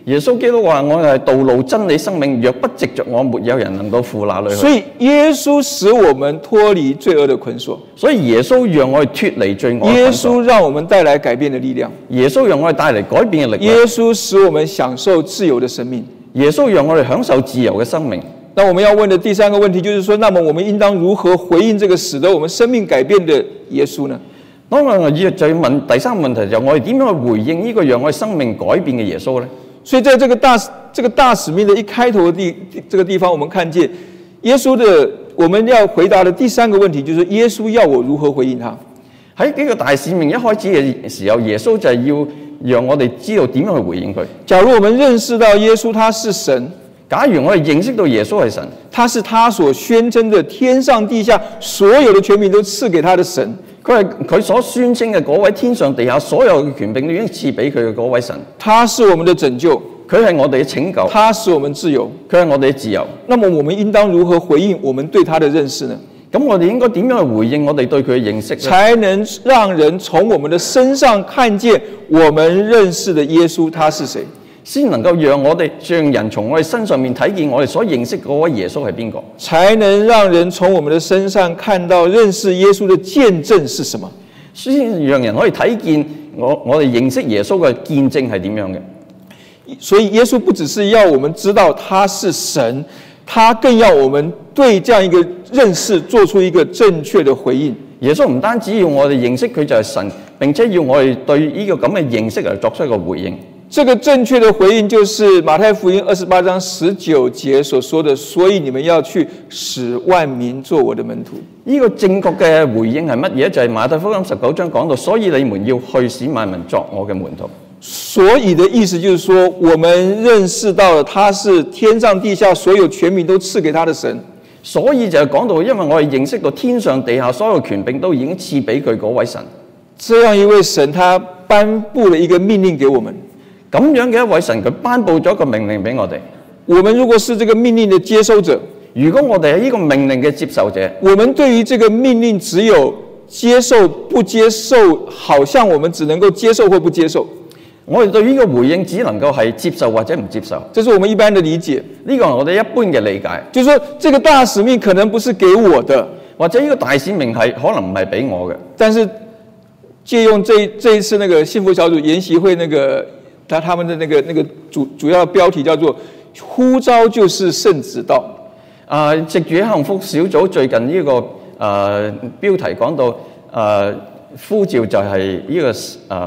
耶穌基督話：我係道路、真理、生命，若不藉着我，沒有人能到父那裏去。 所以耶穌使我們脫離罪惡的捆鎖， 所以耶穌讓我哋脫離罪惡。 耶穌讓我們帶來改變的力量， 耶穌讓我哋帶嚟改變嘅力量。 耶穌使我們享受自由的生命， 耶穌讓我哋享受自由嘅生命。 那我們要問的第三個問題就是說，那麼我們應當如何回應這個使得我們生命改變的耶穌呢？ 當我要再問第三個問題，就我哋點樣去回應呢個讓我哋生命改變嘅耶穌呢？ 所以在這個大使命的一開頭的這個地方，我們看見耶穌的我們要回答的第三個問題，就是耶穌要我如何回應他。 喺呢個大使命一開始嘅時候，耶穌就係要讓我哋知道點樣去回應佢。 假如我們認識到耶穌他是神， 假如我哋認識到耶穌係神， 他是他所宣稱的天上地下所有的權柄都賜給他的神， 佢係佢所宣稱嘅嗰位天上地下所有嘅權柄都已經賜俾佢嘅嗰位神。 他是我們的拯救， 佢係我哋嘅拯救， 他使我們自由， 佢係我哋嘅自由。 那麼我們應當如何回應我們對他的認識呢？ 咁我哋應該點樣去回應我哋對佢嘅認識呢？ 才能讓人從我們的身上看見我們認識的耶穌他是誰？ 先能夠讓人從我哋身上面睇見我哋所認識嗰位耶穌係邊個？ 才能讓人從我們的身上看到認識耶穌的見證是什麼？ 先讓人可以睇見我哋認識耶穌嘅見證係點樣嘅。 所以耶穌不只是要我們知道他是神，他更要我們對這樣一個認識做出一個正確的回應。 耶穌唔單止要我哋認識佢就係神，並且要我哋對呢個咁嘅認識嚟作出一個回應。 這個正確的回應就是馬太福音28章19節所說的，所以你們要去使萬民做我的門徒。 呢個正確嘅回應係乜嘢？就係馬太福音19章講到，所以你們要去使萬民作我嘅門徒。 所以的意思就是說，我們認識到了他是天上地下所有權柄都賜給他的神。 所以就係講到，因為我哋認識到天上地下所有權柄都已經賜俾佢嗰位神。 這樣一位神，他頒布了一個命令給我們。 咁樣嘅一位神，佢頒布咗一個命令俾我哋。 我們如果是這個命令的接收者， 如果我哋係呢個命令嘅接受者， 我們對於這個命令只有接受不接受，好像我們只能夠接受或不接受。 我哋對呢個回應只能夠係接受或者唔接受。 這是我們一般的理解。 呢個係我哋一般嘅理解。 就是說，這個大使命可能不是給我的， 或者呢個大使命係可能唔係俾我嘅。 但是借用這一次那個幸福小組研習會那個他們的那個主要標題叫做呼召就是聖旨道。 藉住幸福小組最近呢個標題講到呼召就係呢個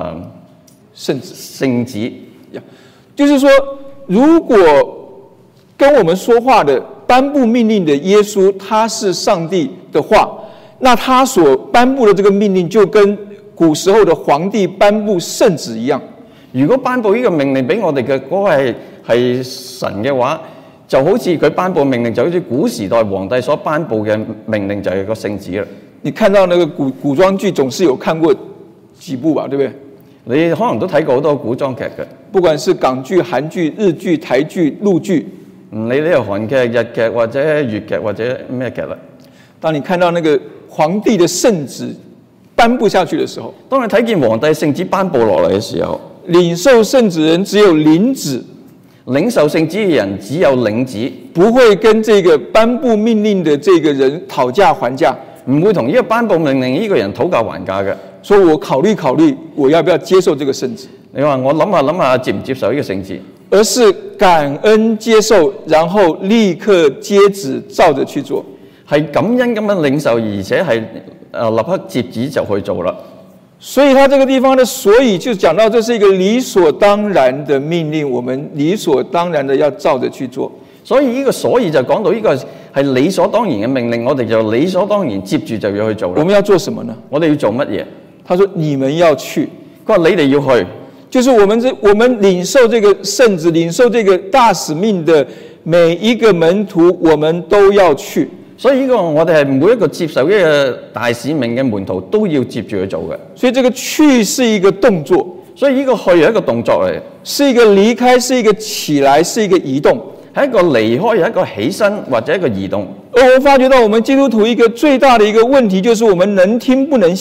聖旨， 就是說，如果跟我們說話的頒布命令的耶穌他是上帝的話，那他所頒布的這個命令就跟古時候的皇帝頒布聖旨一樣。 如果頒布呢個命令俾我哋嘅嗰個係神嘅話，就好似佢頒布命令，就好似古時代皇帝所頒布嘅命令就係個聖旨啦。 你看到那個古裝劇總是有看過幾部吧，對不對？ 你可能都睇過好多古裝劇嘅， 不管是港劇、韓劇、日劇、台劇、陸劇， 唔理呢個韓劇、日劇或者粵劇或者咩劇啦。 當你看到那個皇帝的聖旨頒布下去的時候， 當你睇見皇帝聖旨頒布落嚟嘅時候， 領受聖旨人只有領旨， 領受聖旨嘅人只有領旨， 不會跟這個頒布命令的這個人討價還價， 唔會同呢個頒布命令呢個人討價還價嘅。 所以我考慮，我要不要接受這個聖旨？ 你話我諗下接唔接受呢個聖旨？ 而是感恩接受，然後立刻接旨，照着去做。 係感恩咁樣領受，而且係立刻接旨就去做啦。 所以他這個地方的所以就講到，這是一個理所當然的命令，我們理所當然的要照着去做。 所以呢個所以就講到呢個係理所當然嘅命令，我哋就理所當然接住就要去做啦。 我們要做什麼呢？ 我哋要做乜嘢？ 他說：你們要去。 佢話你哋要去， 就是我們領受這個聖旨，領受這個大使命的每一個門徒，我們都要去。 所以呢個我哋係每一個接受呢個大使命嘅門徒都要接住去做嘅。 所以這個去是一個動作， 所以呢個去係一個動作嚟， 是一個離開，是一個起來，是一個移動， 係一個離開，係一個起身或者一個移動。 而我發覺到我們基督徒一個最大的一個問題，就是我們能聽不能行。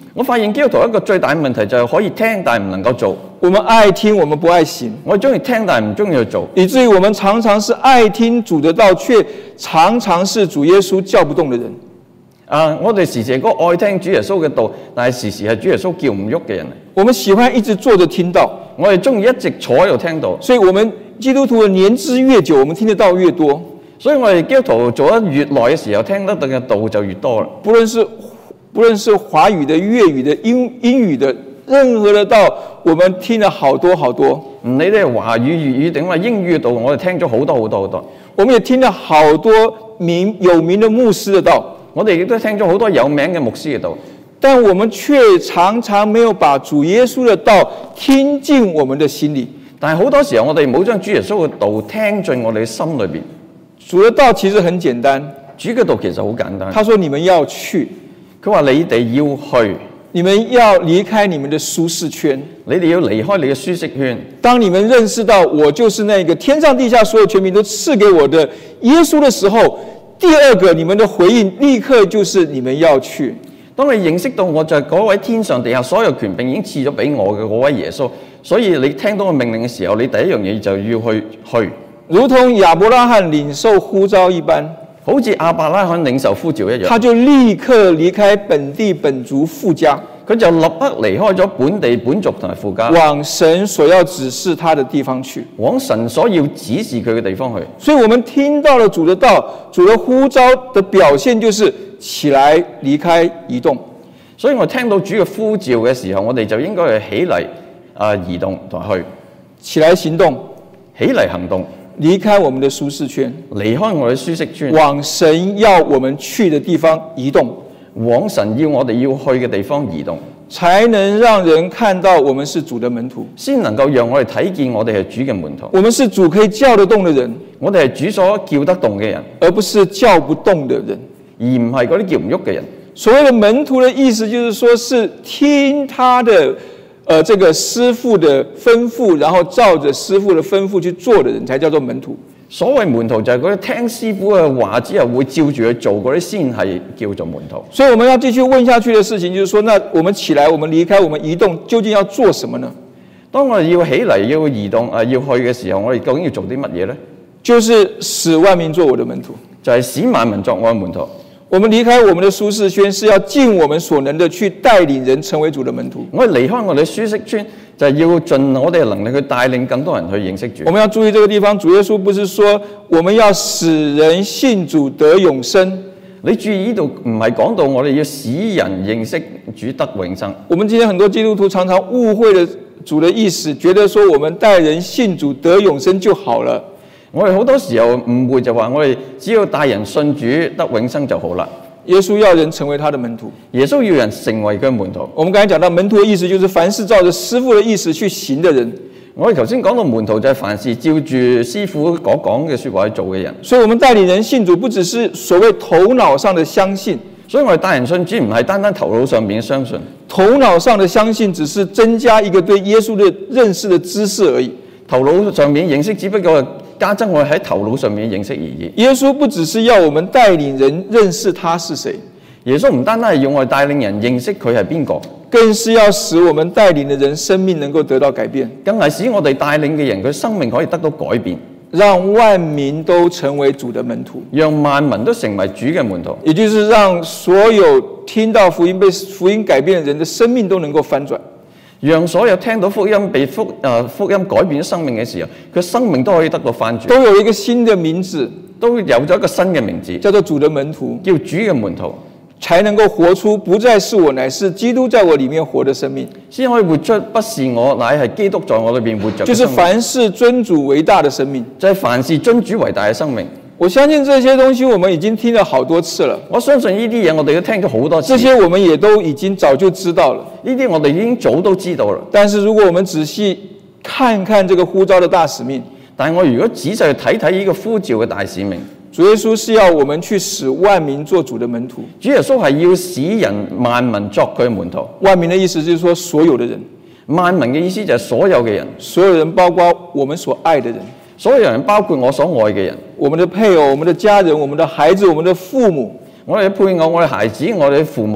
我發現基督徒一個最大嘅問題就係可以聽，但係唔能夠做。 我們愛聽，我們不愛行。 我中意聽，但係唔中意去做， 以至於我們常常是愛聽主的道，卻常常是主耶穌叫不動的人。 我哋時時係個愛聽主耶穌嘅道，但係時時係主耶穌叫唔喐嘅人。 我們喜歡一直坐着聽道， 我哋中意一直坐喺度聽道， 所以我們基督徒的年資越久，我們聽得到越多。 所以我哋基督徒做得越耐嘅時候，聽得到嘅道就越多啦。 不論是華語的、粵語的、英語的，任何的道，我們聽了好多好多。 唔理你係華語、粵語定係英語嘅道，我哋聽咗好多好多好多。 我們也聽了好多有名的牧師的道， 我哋亦都聽咗好多有名嘅牧師嘅道， 但我們卻常常沒有把主耶穌的道聽進我們的心裡。 但係好多時候我哋冇將主耶穌嘅道聽進我哋嘅心裏邊。 主的道其實很簡單， 主嘅道其實好簡單。 他說你們要去， 佢話你哋要去， 你們要離開你們的舒適圈， 你哋要離開你嘅舒適圈。 當你們認識到我就是那個天上地下所有權柄都賜給我的耶穌的時候，第二個你們的回應立刻就是你們要去。 當你認識到我就係嗰位天上地下所有權柄已經賜咗俾我嘅嗰位耶穌，所以你聽到個命令嘅時候，你第一樣嘢就要去。 如同亞伯拉罕領受呼召一般， 好似亞伯拉罕領受呼召一樣， 他就立刻離開本地本族父家， 佢就立刻離開咗本地本族同埋父家， 往神所要指示他的地方去， 往神所要指示佢嘅地方去。 所以我們聽到了主的道，主的呼召的表現就是起來離開移動。 所以我聽到主嘅呼召嘅時候，我哋就應該係起嚟移動同去， 起來行動， 起嚟行動， 離開我們的舒適圈， 離開我哋舒適圈， 往神要我們去的地方移動， 往神要我哋要去嘅地方移動， 才能讓人看到我們是主的門徒， 先能夠讓我哋睇見我哋係主嘅門徒。 我們是主可以叫得動的人， 我哋係主所叫得動嘅人， 而不是叫不動的人， 而唔係嗰啲叫唔喐嘅人。 所謂的門徒的意思就是說，是聽他的這個師父的吩咐，然後照着師父的吩咐去做的人，才叫做門徒。 所謂門徒就係嗰啲聽師傅嘅話之後會照住去做嗰啲，先係叫做門徒。 所以我們要繼續問下去的事情，就是說，那我們起來，我們離開，我們移動，究竟要做什麼呢？ 當我哋要起嚟要移動要去嘅時候，我哋究竟要做啲乜嘢呢？ 就是使萬民做我的門徒， 就係使萬民作我嘅門徒。 我們離開我們的舒適圈，是要盡我們所能的去帶領人成為主的門徒。 我哋離開我哋舒適圈，就係要盡我哋嘅能力去帶領更多人去認識主。 我們要注意這個地方，主耶穌不是說我們要使人信主得永生。 你注意呢度唔係講到我哋要使人認識主得永生。 我們今天很多基督徒常常誤會了主的意思，覺得說我們帶人信主得永生就好了。 我哋好多時候誤會就話我哋只要帶人信主得永生就好啦。 耶穌要人成為他的門徒， 耶穌要人成為佢門徒。 我們剛才講到門徒的意思就是凡是照着師父的意思去行的人。 我哋頭先講到門徒就係凡事照住師父講嘅說話去做嘅人。 所以我們帶領人信主不只是所謂頭腦上的相信， 所以我哋帶人信主唔係單單頭腦上面相信， 頭腦上的相信只是增加一個對耶穌的認識的知識而已。 頭腦上面認識只不過加增我哋喺頭腦上面認識而已。 耶穌不只是要我們帶領人認識他是誰， 耶穌唔單單係要我哋帶領人認識佢係邊個， 更是要使我們帶領的人生命能夠得到改變， 更係使我哋帶領嘅人佢生命可以得到改變， 讓萬民都成為主的門徒， 讓萬民都成為主嘅門徒， 也就是讓所有聽到福音被福音改變的人的生命都能夠翻轉。 讓所有聽到福音被福音改變咗生命嘅時候，佢生命都可以得到翻轉， 都有一個新的名字， 都有咗一個新嘅名字， 叫做主的門徒， 叫主嘅門徒， 才能夠活出不再是我，乃是基督在我裡面活的生命， 先可以活出不是我，乃係基督在我裏邊活着嘅生命， 就是凡事尊主為大的生命， 就係凡事尊主為大嘅生命。 我相信這些東西我們已經聽了好多次了。 我相信呢啲嘢我哋都聽咗好多次。 這些我們也都已經早就知道了。 呢啲我哋已經早都知道了。 但是如果我們仔細看看這個呼召的大使命， 但係我如果仔細去睇睇呢個呼召嘅大使命， 主耶穌是要我們去使萬民做主的門徒。 主耶穌係要使人萬民作佢嘅門徒。 萬民的意思就是說所有的人。 萬民嘅意思就係所有嘅人， 所有人包括我們所愛的人。 所有人包括我所愛嘅人， 我們的配偶、我們的家人、我們的孩子、我們的父母， 我哋嘅配偶、我哋孩子、我哋嘅父母，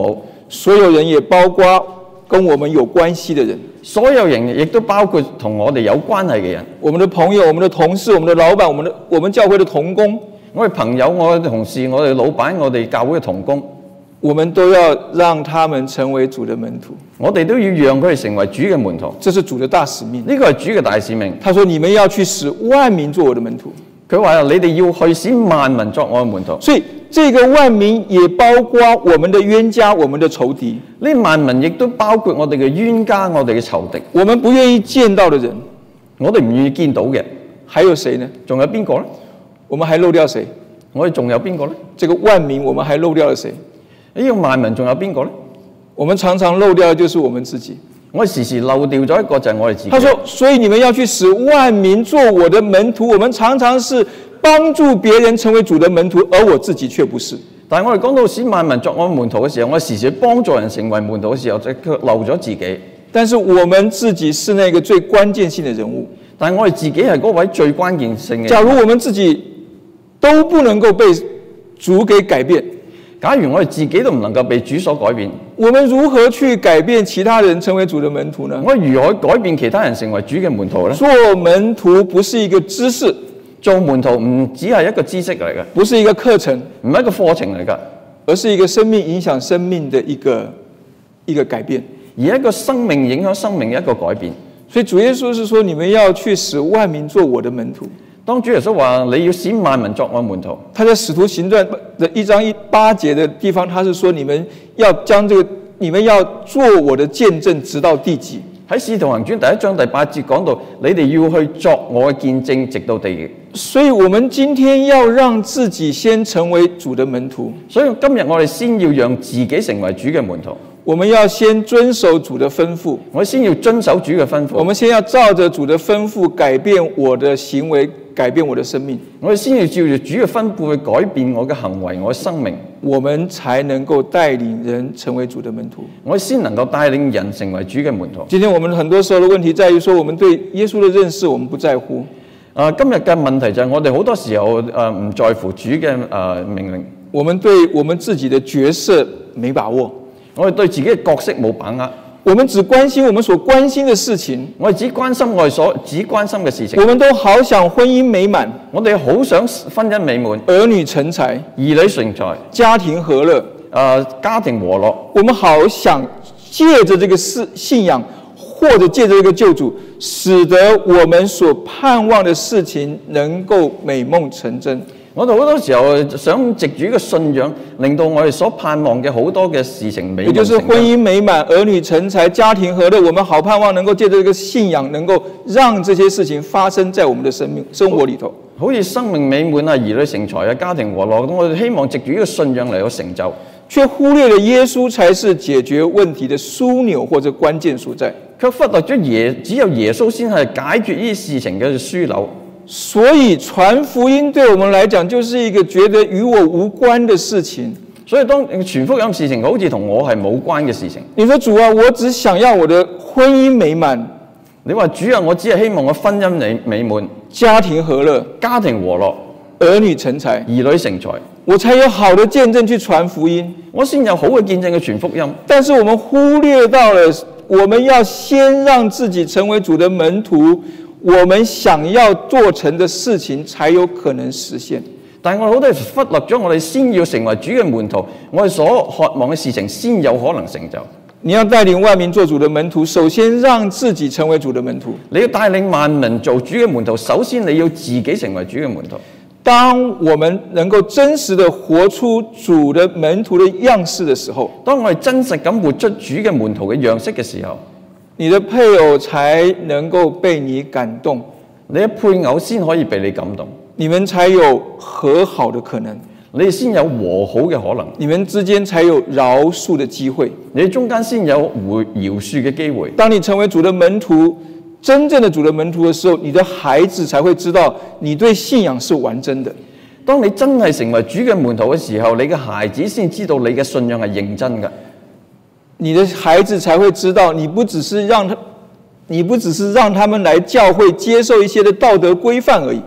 所有人也包括跟我们有关系的人， 所有人亦都包括同我哋有關係嘅人， 我們的朋友、我們的同事、我們的老闆、我們教會的同工， 我哋朋友、我哋同事、我哋老闆、我哋教會嘅同工， 我們都要讓他們成為主的門徒。 我哋都要讓佢哋成為主嘅門徒。 這是主的大使命。 呢個係主嘅大使命。 他說：你們要去使萬民做我的門徒。 佢話：你哋要去使萬民作我嘅門徒。 所以這個萬民也包括我們的冤家、我們的仇敵。 呢萬民亦都包括我哋嘅冤家、我哋嘅仇敵。 我們不願意見到的人， 我哋唔願意見到嘅， 還有誰呢？ 仲有邊個呢？ 我們還漏掉誰？ 我哋仲有邊個呢？ 這個萬民，我們還漏掉了誰？ 呢個萬民仲有邊個呢？ 我們常常漏掉的就是我們自己。 我哋時時漏掉咗一個就係我哋自己。 他說：所以你們要去使萬民做我的門徒。我們常常是幫助別人成為主的門徒，而我自己卻不是。 但係我哋講到使萬民作我門徒嘅時候，我時時幫助人成為門徒嘅時候，就卻漏咗自己。 但是我們自己是那個最關鍵性的人物。 但係我哋自己係嗰位最關鍵性嘅。 假如我們自己都不能夠被主給改變， 假如我哋自己都唔能夠被主所改變， 我們如何去改變其他人成為主的門徒呢？ 我如何改變其他人成為主嘅門徒呢？ 做門徒不是一個知識， 做門徒唔只係一個知識嚟嘅， 不是一個課程， 唔係一個課程嚟㗎， 而是一個生命影響生命的一個改變， 而一個生命影響生命嘅一個改變。 所以主耶穌是說：你們要去使萬民做我的門徒。 當主耶穌話你要使萬民作我門徒， 他在使徒行傳的1章8節的地方，他是說你們要做我的見證直到地極。 喺使徒行傳第1章第8節講到，你哋要去作我嘅見證直到地極。 所以我們今天要讓自己先成為主的門徒。 所以今日我哋先要讓自己成為主嘅門徒。 我們要先遵守主的吩咐， 我先要遵守主嘅吩咐。 我們先要照着主的吩咐改變我的行為，改變我的生命。 我哋先要照住主嘅吩咐去改變我嘅行為，我嘅生命， 我們才能夠帶領人成為主的門徒。 我哋先能夠帶領人成為主嘅門徒。 今天我們很多時候的問題在於說，我們對耶穌的認識我們不在乎。 今日嘅問題就係我哋好多時候唔在乎主嘅命令， 我們對我們自己的角色沒把握。 我哋對自己嘅角色冇把握， 我們只關心我們所關心的事情， 我哋只關心我哋只關心嘅事情。 我們都好想婚姻美滿， 我哋好想婚姻美滿， 兒女成才， 兒女成才， 家庭和樂， 家庭和樂。 我們好想借着這個信仰，或者借着這個救主，使得我們所盼望的事情能夠美夢成真。 我哋好多時候想藉住個信仰，令到我哋所盼望嘅好多嘅事情美夢成真。也就是婚姻美滿、兒女成才、家庭和樂，我們好盼望能夠借着這個信仰，能夠讓這些事情發生在我們的生活裡頭。 好似生命美滿啊、兒女成才啊、家庭和樂，我哋希望藉住呢個信仰嚟到成就， 卻忽略了耶穌才是解決問題的樞紐或者關鍵所在， 卻忽略咗只有耶穌先係解決呢啲事情嘅樞紐。 所以傳福音對我們來講，就是一個覺得與我無關的事情。 所以當傳福音事情好似同我係冇關嘅事情。 你說主啊，我只想要我的婚姻美滿。 你話主啊，我只係希望我婚姻美滿， 家庭和樂， 家庭和樂， 兒女成才， 兒女成才， 我才有好的見證去傳福音， 我先有好嘅見證去傳福音。 但是我們忽略到了，我們要先讓自己成為主的門徒，我們想要做成的事情才有可能實現。 但係我哋好多時忽略咗，我哋先要成為主嘅門徒，我哋所渴望嘅事情先有可能成就。 你要帶領萬民做主的門徒，首先讓自己成為主的門徒。 你要帶領萬民做主嘅門徒，首先你要自己成為主嘅門徒。 當我們能夠真實的活出主的門徒的樣式的時候， 當我哋真實咁活出主嘅門徒嘅樣式嘅時候， 你的配偶才能夠被你感動， 你嘅配偶先可以被你感動， 你們才有和好的可能， 你先有和好嘅可能， 你們之間才有饒恕的機會， 你哋中間先有饒恕嘅機會。 當你成為主的門徒，真正的主的門徒的時候，你的孩子才會知道你對信仰是完真的。 當你真係成為主嘅門徒嘅時候，你嘅孩子先知道你嘅信仰係認真嘅。 你的孩子才會知道，你不只是讓他們來教會接受一些的道德規範而已。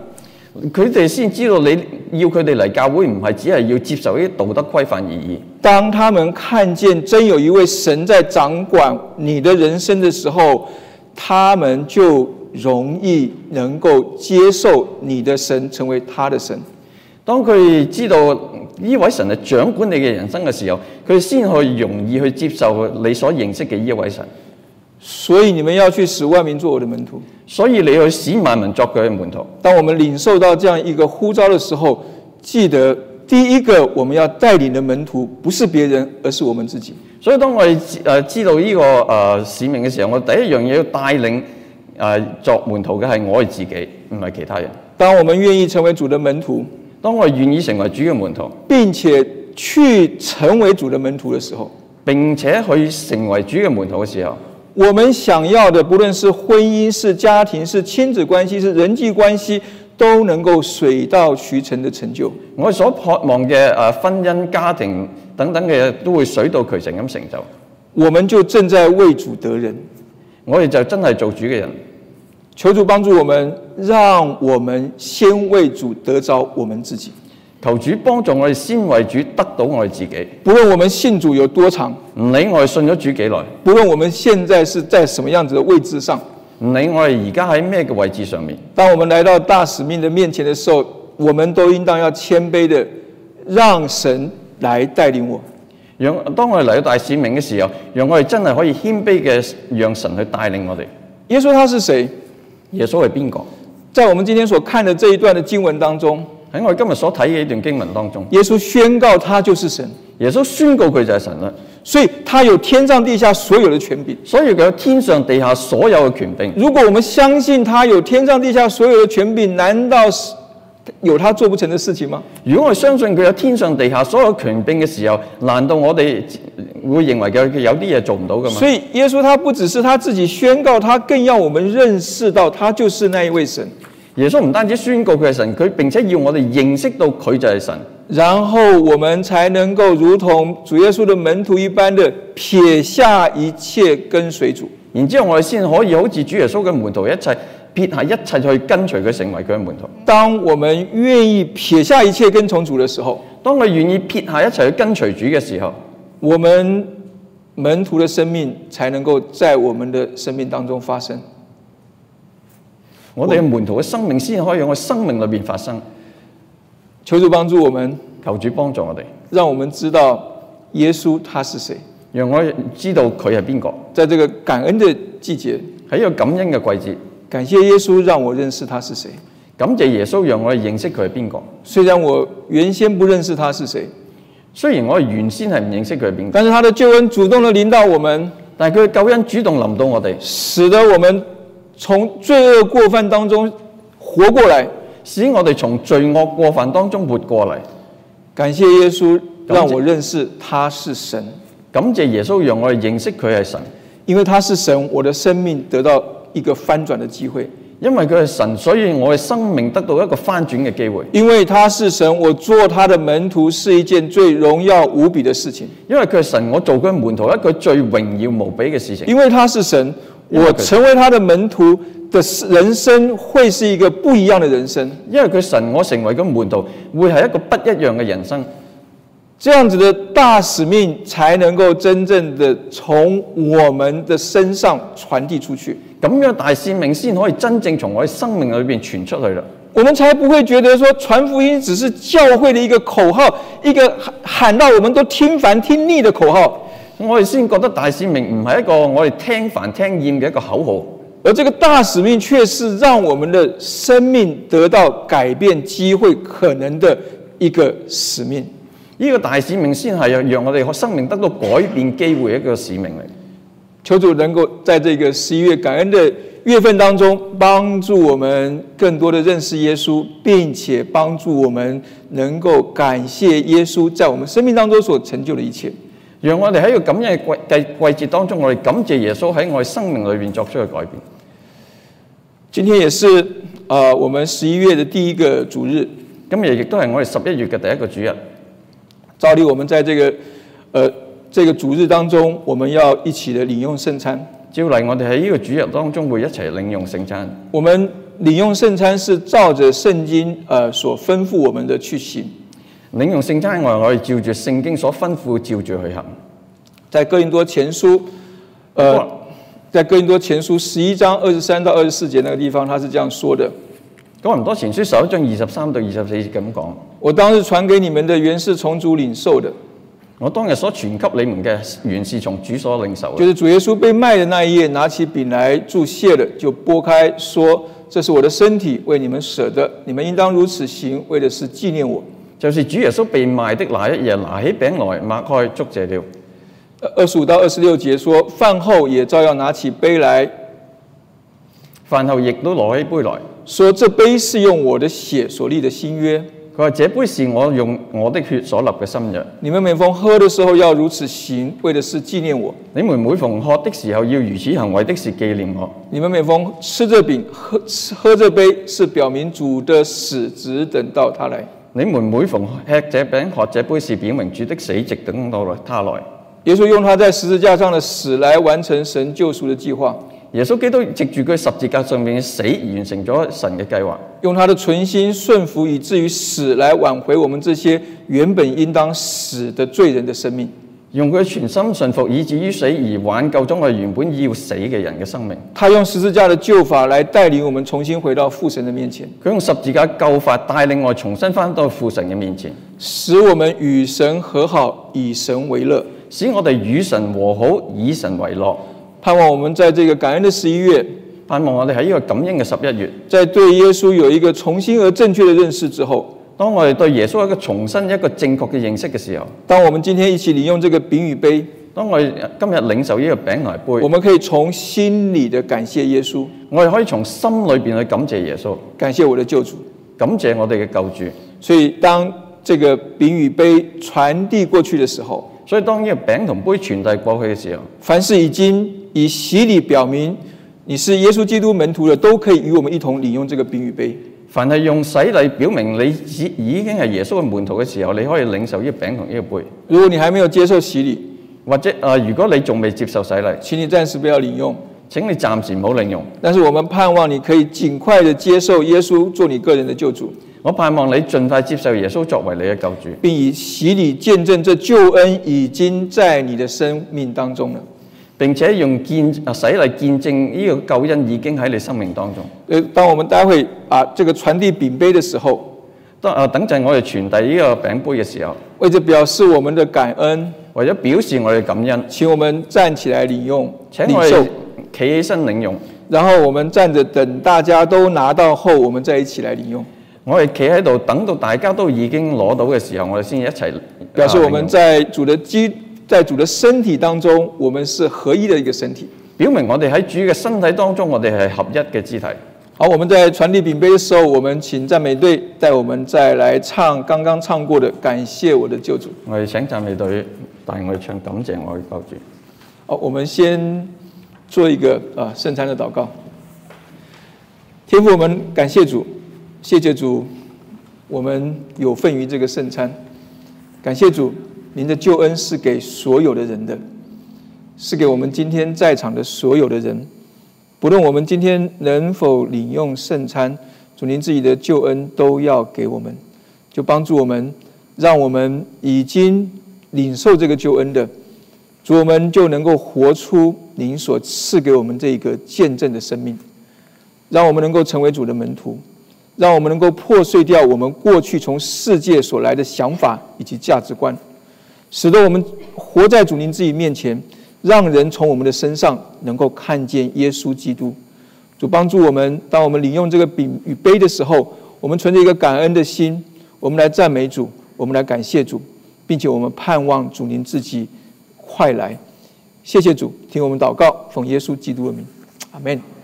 佢哋先知道你要佢哋嚟教會，唔係只係要接受一啲道德規範而已。 當他們看見真有一位神在掌管你的人生的時候，他們就容易能夠接受你的神成為他的神。 當佢知道呢位神係掌管你嘅人生嘅時候，佢先去容易去接受你所認識嘅呢一位神。 所以你們要去使萬民做我的門徒。 所以你去使萬民作佢嘅門徒。 當我們領受到這樣一個呼召的時候，記得第一個我們要帶領的門徒不是別人，而是我們自己。 所以當我哋知道呢個使命嘅時候，我第一樣嘢要帶領作門徒嘅係我哋自己，唔係其他人。 當我們願意成為主的門徒， 當我哋願意成為主嘅門徒， 並且去成為主的門徒的時候， 並且去成為主嘅門徒嘅時候， 我們想要的，不論是婚姻、是家庭、是親子關係、是人際關係，都能夠水到渠成的成就。 我哋所渴望嘅婚姻、家庭等等嘅嘢，都會水到渠成咁成就。 我們就正在為主得人， 我哋就真係做主嘅人。 求主幫助我們，讓我們先為主得着我們自己。 求主幫助我哋先為主得到我哋自己。 不論我們信主有多長， 唔理我哋信咗主幾耐， 不論我們現在是在什麼樣子的位置上， 唔理我哋而家喺咩嘅位置上面。 當我們來到大使命的面前的時候，我們都應當要謙卑的讓神來帶領我。 當我哋嚟到大使命嘅時候，讓我哋真係可以謙卑嘅讓神去帶領我哋。 耶穌他是誰？ 耶穌係邊個？ 在我們今天所看的這一段的經文當中， 喺我哋今日所睇嘅一段經文當中， 耶穌宣告他就是神。 耶穌宣告佢就係神啦， 所以他有天上地下所有的權柄。 所以佢有天上地下所有嘅權柄。 如果我們相信他有天上地下所有的權柄，難道有他做不成的事情嗎？ 如果我哋相信佢有天上地下所有權柄嘅時候，難道我哋會認為佢有啲嘢做唔到㗎嘛？ 所以耶穌他不只是他自己宣告，他更要我們認識到他就是那一位神。 耶穌唔單止宣告佢係神，佢並且要我哋認識到佢就係神， 然後我們才能夠如同主耶穌的門徒一般的撇下一切跟隨主。 然之後我哋先可以好似主耶穌嘅門徒一齊撇下一切去跟隨佢，成為佢嘅門徒。 當我們願意撇下一切跟從主的時候， 當我願意撇下一切去跟隨主嘅時候， 我們門徒的生命才能夠在我們的生命當中發生。 我哋嘅門徒嘅生命先可以喺我生命裏邊發生。 求主幫助我們， 求主幫助我哋， 讓我們知道耶穌他是誰， 讓我知道佢係邊個。 在這個感恩的季節， 喺一個感恩嘅季節， 感謝耶穌讓我認識他是誰。 感謝耶穌讓我哋認識佢係邊個。 雖然我原先不認識他是誰， 雖然我哋原先係唔認識佢係邊個， 但是他的救恩主動地臨到我們， 但係佢嘅救恩主動臨到我哋， 使得我們從罪惡過犯當中活過來， 使我哋從罪惡過犯當中活過嚟。 感謝耶穌讓我認識他是神， 感謝耶穌讓我哋認識佢係神， 因為他是神，我的生命得到一個翻轉的機會。 因為佢係神，所以我嘅生命得到一個翻轉嘅機會。 因為他是神，我做他的門徒是一件最榮耀無比的事情。 因為佢係神，我做佢門徒一個最榮耀無比嘅事情。 因為他是神，我成為他的門徒的人生會是一個不一樣的人生。 因為佢神，我成為個門徒會係一個不一樣嘅人生。 這樣子的大使命才能夠真正的從我們的身上傳遞出去。 咁樣大使命先可以真正從我哋生命裏邊傳出去啦。 我們才不會覺得說傳福音只是教會的一個口號，一個喊到我們都聽煩聽膩的口號。 我哋先覺得大使命唔係一個我哋聽煩聽厭嘅一個口號， 而這個大使命卻是讓我們的生命得到改變機會可能的一個使命。 呢個大使命先係讓我哋生命得到改變機會一個使命嚟。 求主能夠在這個11月感恩的月份當中，幫助我們更多的認識耶穌，並且幫助我們能夠感謝耶穌在我們生命當中所成就的一切。 讓我哋喺個感恩嘅季節當中，我哋感謝耶穌喺我哋生命裏邊作出嘅改變。 今天也是我們11月的第一個主日， 今日亦都係我哋11月嘅第一個主日。 照例我們在這個主日當中，我們要一起的領用聖餐。 照例我哋喺呢個主日當中會一齊領用聖餐。 我們領用聖餐是照着聖經所吩咐我們的去行。 領用聖餐我哋照住聖經所吩咐照住去行。 在哥林多前書，在哥林多前書11章23到24節那個地方，他是這樣說的。 哥林多前書11章23到24節咁講： 我當日傳給你們的原是從主領受的。 我當日所傳給你們嘅原是從主所領受的。 就是主耶穌被賣的那一夜，拿起餅來祝謝了，就擘開說：這是我的身體，為你們捨的，你們應當如此行，為的是紀念我。 就是主耶穌被賣的那一夜，拿起餅來擘開祝謝了。 25到26節說：飯後也照樣拿起杯來， 飯後亦都攞起杯來， 說：這杯是用我的血所立的新約。 佢話：這杯是我用我的血所立嘅新約。 你們每逢喝的時候要如此行，為的是紀念我。 你們每逢喝的時候要如此行，為的是紀念我。 你們每逢吃這餅、喝這杯，是表明主的死，直等到他來。 你們每逢吃這餅、喝這杯，是表明主的死，直等到他來。 耶穌用他在十字架上的死來完成神救贖的計劃。 耶穌基督藉住佢十字架上面嘅死，完成咗神嘅計劃。 用他的存心順服，以至於死來挽回我們這些原本應當死的罪人的生命。 用佢全心順服，以至於死而挽救咗我哋原本要死嘅人嘅生命。 他用十字架的救法來帶領我們重新回到父神的面前。 佢用十字架救法帶領我重新返到父神嘅面前， 使我們與神和好，以神為樂。 使我哋與神和好，以神為樂。 盼望我們在這個感恩的11月， 盼望我哋喺呢個感恩嘅11月， 在對耶穌有一個重新而正確的認識之後， 當我哋對耶穌一個重新一個正確嘅認識嘅時候， 當我們今天一起領用這個餅與杯， 當我哋今日領受呢個餅來杯， 我們可以從心裡的感謝耶穌， 我哋可以從心裏邊去感謝耶穌， 感謝我的救主， 感謝我哋嘅救主。 所以當這個餅與杯傳遞過去的時候， 所以當呢個餅同杯傳遞過去嘅時候，凡是已經以洗禮表明你是耶穌基督門徒的，都可以與我們一同領用這個餅與杯。 凡係用洗禮表明你已經係耶穌嘅門徒嘅時候，你可以領受呢個餅同呢個杯。 如果你還沒有接受洗禮， 或者如果你仲未接受洗禮， 請你暫時不要領用。 請你暫時唔好領用。 但是我們盼望你可以盡快的接受耶穌做你個人的救主。 我盼望你盡快接受耶穌作為你嘅救主， 並以洗禮見證這救恩已經在你的生命當中了。 並且用洗禮見證呢個救恩已經喺你生命當中。 當我們待會這個傳遞餅杯的時候， 等陣我哋傳遞呢個餅杯嘅時候， 為咗表示我們的感恩， 為咗表示我哋感恩， 請我們站起來領用， 請我哋企起身領用， 然後我們站着等大家都拿到後，我們再一起來領用。 我哋企喺度等到大家都已經攞到嘅時候，我哋先一齊表示我們在主的身體當中，我們是合一的一個身體， 表明我哋喺主嘅身體當中，我哋係合一嘅肢體。 好，我們在傳遞餅杯的時候，我們請讚美隊帶我們再來唱剛剛唱過的感謝我的救主。 我哋請讚美隊帶我哋唱感謝我嘅救主。 好，我們先做一個聖餐的禱告。天父，我們感謝主，謝謝主，我們有份於這個聖餐。感謝主，您的救恩是給所有的人的，是給我們今天在場的所有的人。不論我們今天能否領用聖餐，主您自己的救恩都要給我們，就幫助我們，讓我們已經領受這個救恩的主，我們就能夠活出您所賜給我們這個見證的生命，讓我們能夠成為主的門徒，讓我們能夠破碎掉我們過去從世界所來的想法以及價值觀，使得我們活在主您自己面前，讓人從我們的身上能夠看見耶穌基督。主幫助我們，當我們領用這個餅與杯的時候，我們存着一個感恩的心，我們來讚美主，我們來感謝主，並且我們盼望主您自己快來。謝謝主，聽我們禱告，奉耶穌基督的名，阿們。